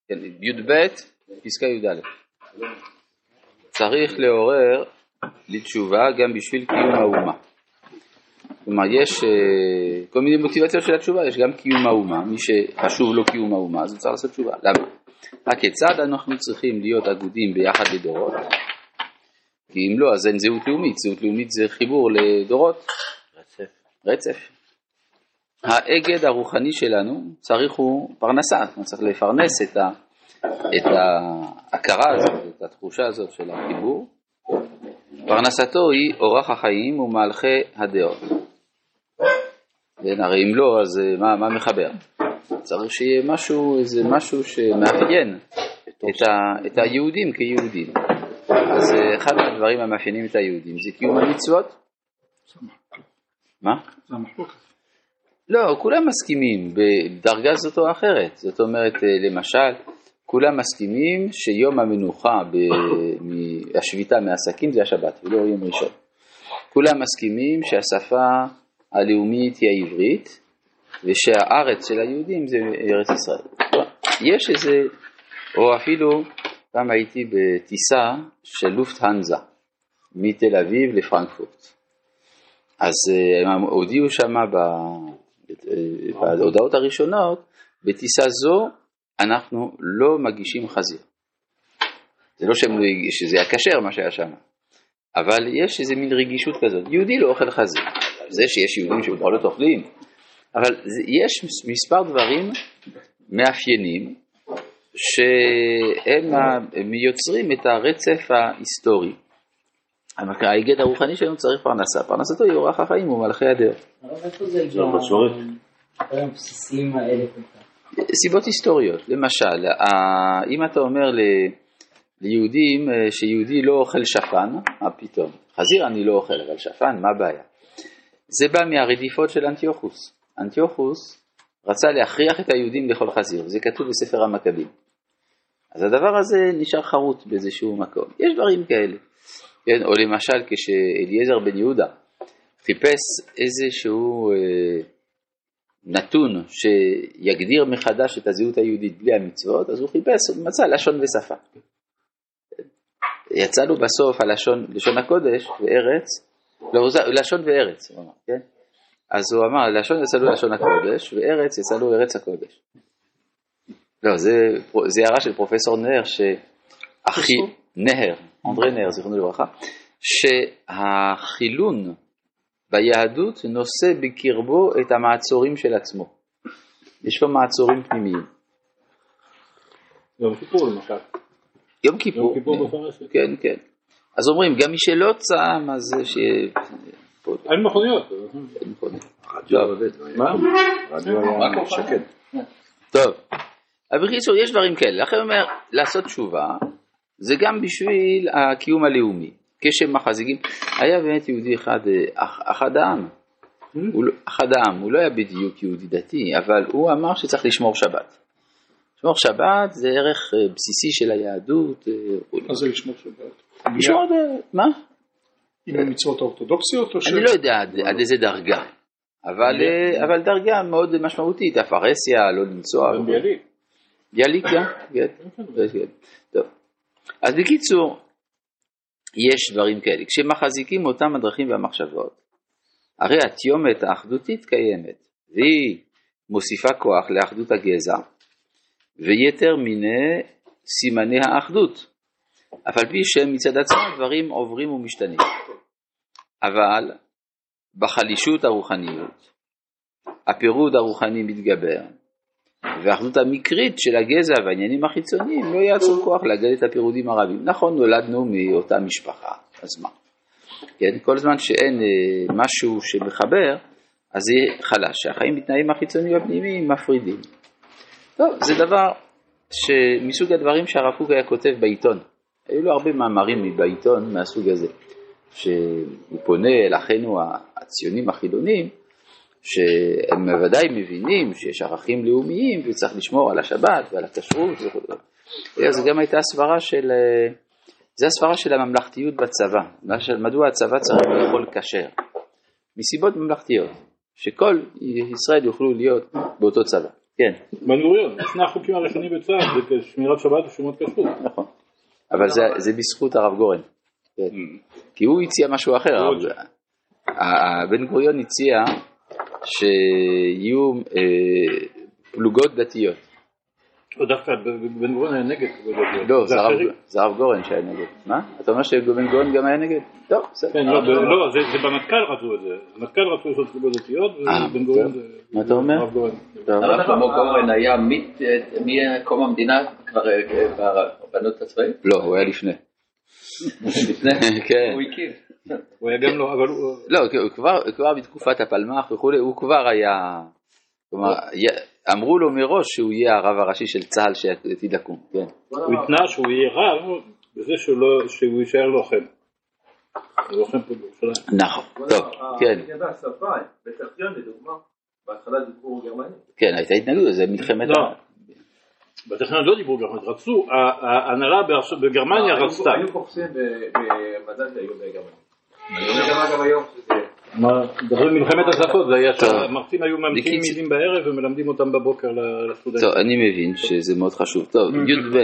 י"ב, פסקה י"א. צריך לעורר לתשובה גם בשביל קיום האומה. כלומר, יש כל מיני מוטיבציות של התשובה, יש גם קיום האומה. מי שחשוב לו קיום האומה, אז הוא צריך לעשות תשובה. למה? הכיצד אנחנו צריכים להיות אגודים ביחד לדורות? כי אם לא, אז אין זהות לאומית. זהות לאומית זה חיבור לדורות. רצף. האגד הרוחני שלנו צריך הוא פרנסה. צריך לפרנס את ההכרה הזאת, את התחושה הזאת של החיבור. פרנסתו היא אורח החיים ומהלכי הדעות. הרי אם לא, אז מה מחבר? צריך שיהיה משהו שמאפיין את היהודים כיהודים. אז אחד מהדברים המאפיינים את היהודים זה קיום המצוות. מה? זה המחלוקת. לא, כולם מסכימים בדרגה זאת או אחרת. זאת אומרת, למשל, כולם מסכימים שיום המנוחה השביתה מעסקים זה השבת ולא יום ראשון. כולם מסכימים שהשפה הלאומית היא העברית ושהארץ של היהודים זה ארץ ישראל. יש איזה, או אפילו פעם הייתי בטיסה של לופטהנזה מתל אביב לפרנקפורט. אז הם הודיעו שם בהודעות הראשונות, בטיסה זו אנחנו לא מגישים חזיר. זה לא שזה היה כשר מה שהיה שם, אבל יש איזה מין רגישות כזאת. יהודי לא אוכל חזיר. זה שיש יהודים שבכלל לא אוכלים, אבל יש מספר דברים מאפיינים שהם מייצרים את הרצף ההיסטורי. ההיגד הרוחני שלנו צריך פרנסה. פרנסתו היא אורח החיים ומהלכי הדעות. אבל איפה זה הדברים הבסיסיים האלה? סיבות היסטוריות. למשל, אם אתה אומר ליהודים שיהודי לא אוכל שפן, מה פתאום? חזיר אני לא אוכל, אבל שפן, מה הבעיה? זה בא מהרדיפות של אנטיוכוס. אנטיוכוס רצה להכריח את היהודים לאכול חזיר, זה כתוב בספר המכבים. אז הדבר הזה נשאר חרוט באיזשהו מקום. יש דברים כאלה. כן? או למשל כשאליעזר בן יהודה חיפש איזשהו נתון שיגדיר מחדש את הזהות היהודית בלי המצוות, אז הוא חיפש, הוא מצא לשון ושפה. יצא לו בסוף לשון הקודש וארץ, לשון וארץ, הוא אמר, כן? אז הוא אמר, לשון יצא לו לשון הקודש, וארץ יצא לו ארץ הקודש. לא, זה הערה של פרופסור נהר, אנדרי נהר, זיכרונו לברכה, שהחילון ביהדות נושא בקרבו את המעצורים של עצמו. יש לו מעצורים פנימיים. יום כיפור למשל. יום כיפור בפרשת. כן, כן. אז אומרים, גם מי שלא צם, אז אין מכוניות. אין מכוניות. רדיו עובד. מה? רדיו היה שקט. טוב. אבל בקיצור, יש דברים כאלה. לכן אומר, לעשות תשובה, זה גם בשביל הקיום הלאומי. כשמחזיקים, היה באמת יהודי אחד העם. אחד העם, הוא לא היה בדיוק יהודי דתי, אבל הוא אמר שצריך לשמור שבת. לשמור שבת זה ערך בסיסי של היהדות. מה זה לשמור שבת? מה? עם המצוות האורתודוקסיות? אני לא יודע עד איזה דרגה, אבל דרגה מאוד משמעותית, הפרהסיה, לא לנסוע. ביאליק. ביאליק גם, כן. טוב. אז בקיצור, יש דברים כאלה. כשמחזיקים אותם הדרכים והמחשבות, הרי התיומת האחדותית קיימת, והיא מוסיפה כוח לאחדות הגזע, ויתר מיני סימני האחדות. אף על פי שמצד עצמם דברים עוברים ומשתנים. אבל בחלישות הרוחניות, הפירוד הרוחני מתגבר, והאחדות המקרית של הגזע והעניינים החיצוניים לא יעצור כוח להגד את הפירודים הרבים. נכון, נולדנו מאותה משפחה, אז מה? כן, כל זמן שאין משהו שמחבר, אז זה חלש. שהחיים בתנאים החיצוניים והפנימיים מפרידים. טוב, זה דבר מסוג הדברים שהרב קוק היה כותב בעיתון. היו לו הרבה מאמרים בעיתון מהסוג הזה, שהוא פונה אל אחינו הציונים החילונים, שהם בוודאי מבינים שיש ערכים לאומיים וצריך לשמור על השבת ועל הכשרות וכו'. אז גם הייתה הסברה של הממלכתיות בצבא. מדוע הצבא צריך לאכול כשר? מסיבות ממלכתיות, שכל ישראל יוכלו להיות באותו צבא. כן. בן גוריון, שני החוקים הראשונים בצה"ל, זה שמירת שבת ושומרת כשרות. נכון. אבל זה בזכות הרב גורן. כי הוא הציע משהו אחר. בן גוריון הציע שיהיו פלוגות דתיות. או דווקא בן גוריון היה נגד. לא, זה הרב גורן שהיה נגד. מה? אתה אומר שבן גוריון גם היה נגד? לא, בסדר. לא, זה במטכ"ל רצו את זה. במטכ"ל רצו לעשות פלוגות דתיות, ובן גוריון זה... מה אתה אומר? הרב גורן. הרב גורן היה מקום המדינה כבר ברבנות הצבאית? לא, הוא היה לפני. לפני? כן. הוא הכיר. הוא היה גם לא, אבל הוא... לא, הוא כבר בתקופת הפלמ"ח וכו', הוא כבר היה... כלומר, אמרו לו מראש שהוא יהיה הרב הראשי של צה"ל שעתיד לקום, כן. הוא התנה שהוא יהיה רב בזה שהוא יישאר לוחם. לוחם פה בירושלים. נכון, טוב, כן. לגבי השפה, בטכניון לדוגמה, בהתחלה דיברו גרמנית. כן, הייתה התנגדות, זה מלחמת... לא, בטכניון לא דיברו גרמנית, רצו, ההנהלה בגרמניה רצתה. היו קופסים במדד היו בגרמנית. אני אומר גם היום שזה... דברים מלחמת השפות, זה היה שהמרצים היו ממציאים מילים בערב ומלמדים אותם בבוקר לסטודנטים. טוב, אני מבין שזה מאוד חשוב. טוב, י"ב.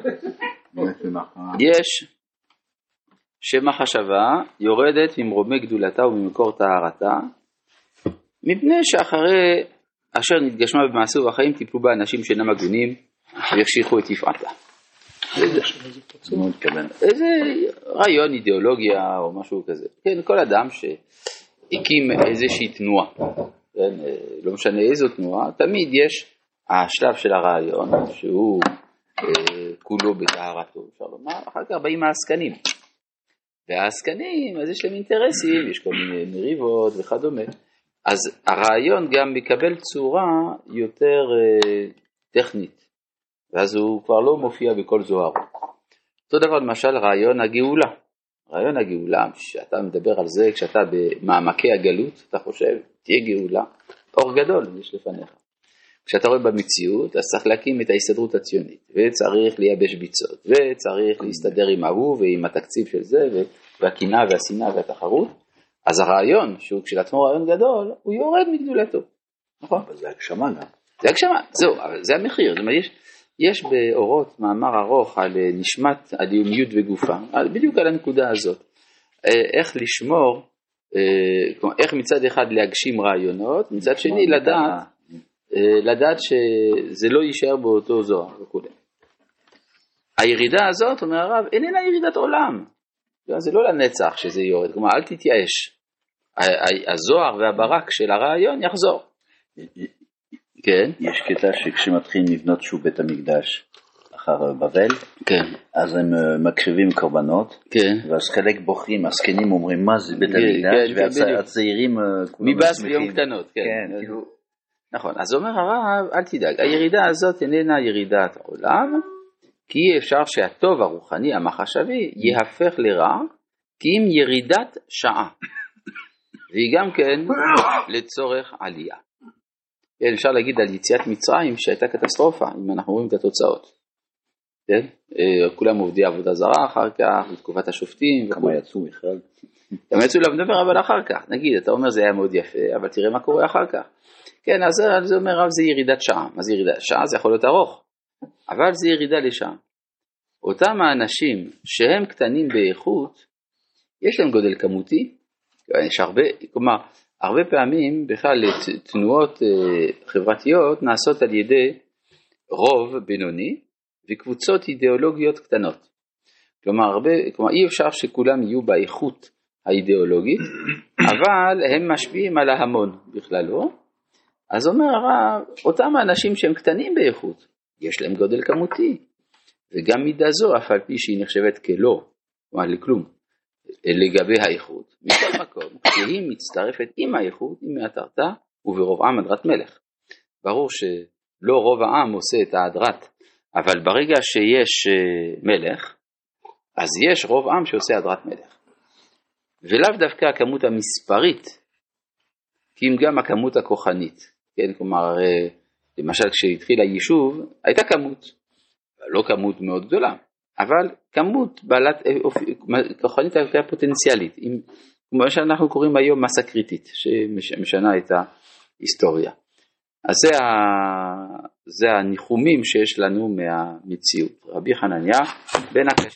יש שמחשבה יורדת ממרומי גדולתה וממקור טהרתה, מפני שאחרי אשר נתגשמה במעשה ובחיים טיפלו בה אנשים שאינם הגונים ויחשיכו את יפעתה. איזה רעיון, אידיאולוגיה או משהו כזה. כן, כל אדם שהקים איזושהי תנועה, כן, לא משנה איזו תנועה, תמיד יש השלב של הרעיון שהוא כולו בטהרתו, אפשר לומר, אחר כך באים העסקנים. והעסקנים, אז יש להם אינטרסים, יש כל מיני מריבות וכדומה. אז הרעיון גם מקבל צורה יותר טכנית, ואז הוא כבר לא מופיע בכל זוהר. אותו דבר למשל רעיון הגאולה. רעיון הגאולה, שאתה מדבר על זה, כשאתה במעמקי הגלות, אתה חושב, תהיה גאולה, אור גדול יש לפניך. כשאתה רואה במציאות, אז צריך להקים את ההסתדרות הציונית, וצריך לייבש ביצות, וצריך להסתדר עם ההוא ועם התקציב של זה, והקינה והשנאה והתחרות. אז הרעיון, שהוא כשלעצמו רעיון גדול, הוא יורד מגדולתו. נכון? זה הגשמה גם. זה הגשמה, זהו, זה המחיר. זאת אומרת, יש באורות מאמר ארוך על נשמת הלאומיות וגופה, בדיוק על הנקודה הזאת. איך לשמור, איך מצד אחד להגשים רעיונות, מצד שני לדעת שזה לא יישאר באותו זוהר וכו'. הירידה הזאת, אומר הרב, איננה ירידת עולם. זה לא לנצח שזה יורד, כלומר אל תתייאש. הזוהר והברק של הרעיון יחזור. כן. יש קטע שכשמתחילים לבנות שוב בית המקדש אחר בבל, כן. אז הם מקריבים קורבנות, כן. ואז חלק בוחרים, הזקנים אומרים מה זה בית המקדש, והצעירים מבס ביום קטנות, כן. נכון, אז אומר הרב, אל תדאג, הירידה הזאת איננה ירידת עולם, כי אי אפשר שהטוב הרוחני המחשבי יהפך לרע, כי אם ירידת שעה, והיא גם כן לצורך עלייה. אפשר להגיד על יציאת מצרים שהייתה קטסטרופה, אם אנחנו רואים את התוצאות. כן? כולם עובדי עבודה זרה אחר כך, בתקופת השופטים. כמה יצאו בכלל? גם יצאו לדבר אבל אחר כך. נגיד, אתה אומר זה היה מאוד יפה, אבל תראה מה קורה אחר כך. כן, אז זה אומר רב זה ירידת שעה. מה זה ירידת? שעה זה יכול להיות ארוך, אבל זה ירידה לשעה. אותם האנשים שהם קטנים באיכות, יש להם גודל כמותי, יש הרבה, כלומר, הרבה פעמים בכלל תנועות חברתיות נעשות על ידי רוב בינוני וקבוצות אידיאולוגיות קטנות. כלומר, אי אפשר שכולם יהיו באיכות האידיאולוגית, אבל הם משפיעים על ההמון בכלל לא. אז אומר הרב, אותם האנשים שהם קטנים באיכות, יש להם גודל כמותי, וגם מידה זו, אף על פי שהיא נחשבת כלא, כלומר לכלום, לגבי האיכות. מכל מקום, כשהיא מצטרפת עם האיכות, היא מהתרתה, וברוב עם הדרת מלך. ברור שלא רוב העם עושה את ההדרת, אבל ברגע שיש מלך, אז יש רוב עם שעושה הדרת מלך. ולאו דווקא הכמות המספרית, כי אם גם הכמות הכוחנית. כן, כלומר, למשל כשהתחיל היישוב, הייתה כמות, לא כמות מאוד גדולה, אבל כמות בעלת כוחנית הייתה פוטנציאלית, כמו שאנחנו קוראים היום מסה קריטית, שמשנה את ההיסטוריה. אז זה הניחומים שיש לנו מהמציאות. רבי חנניה בן הקשה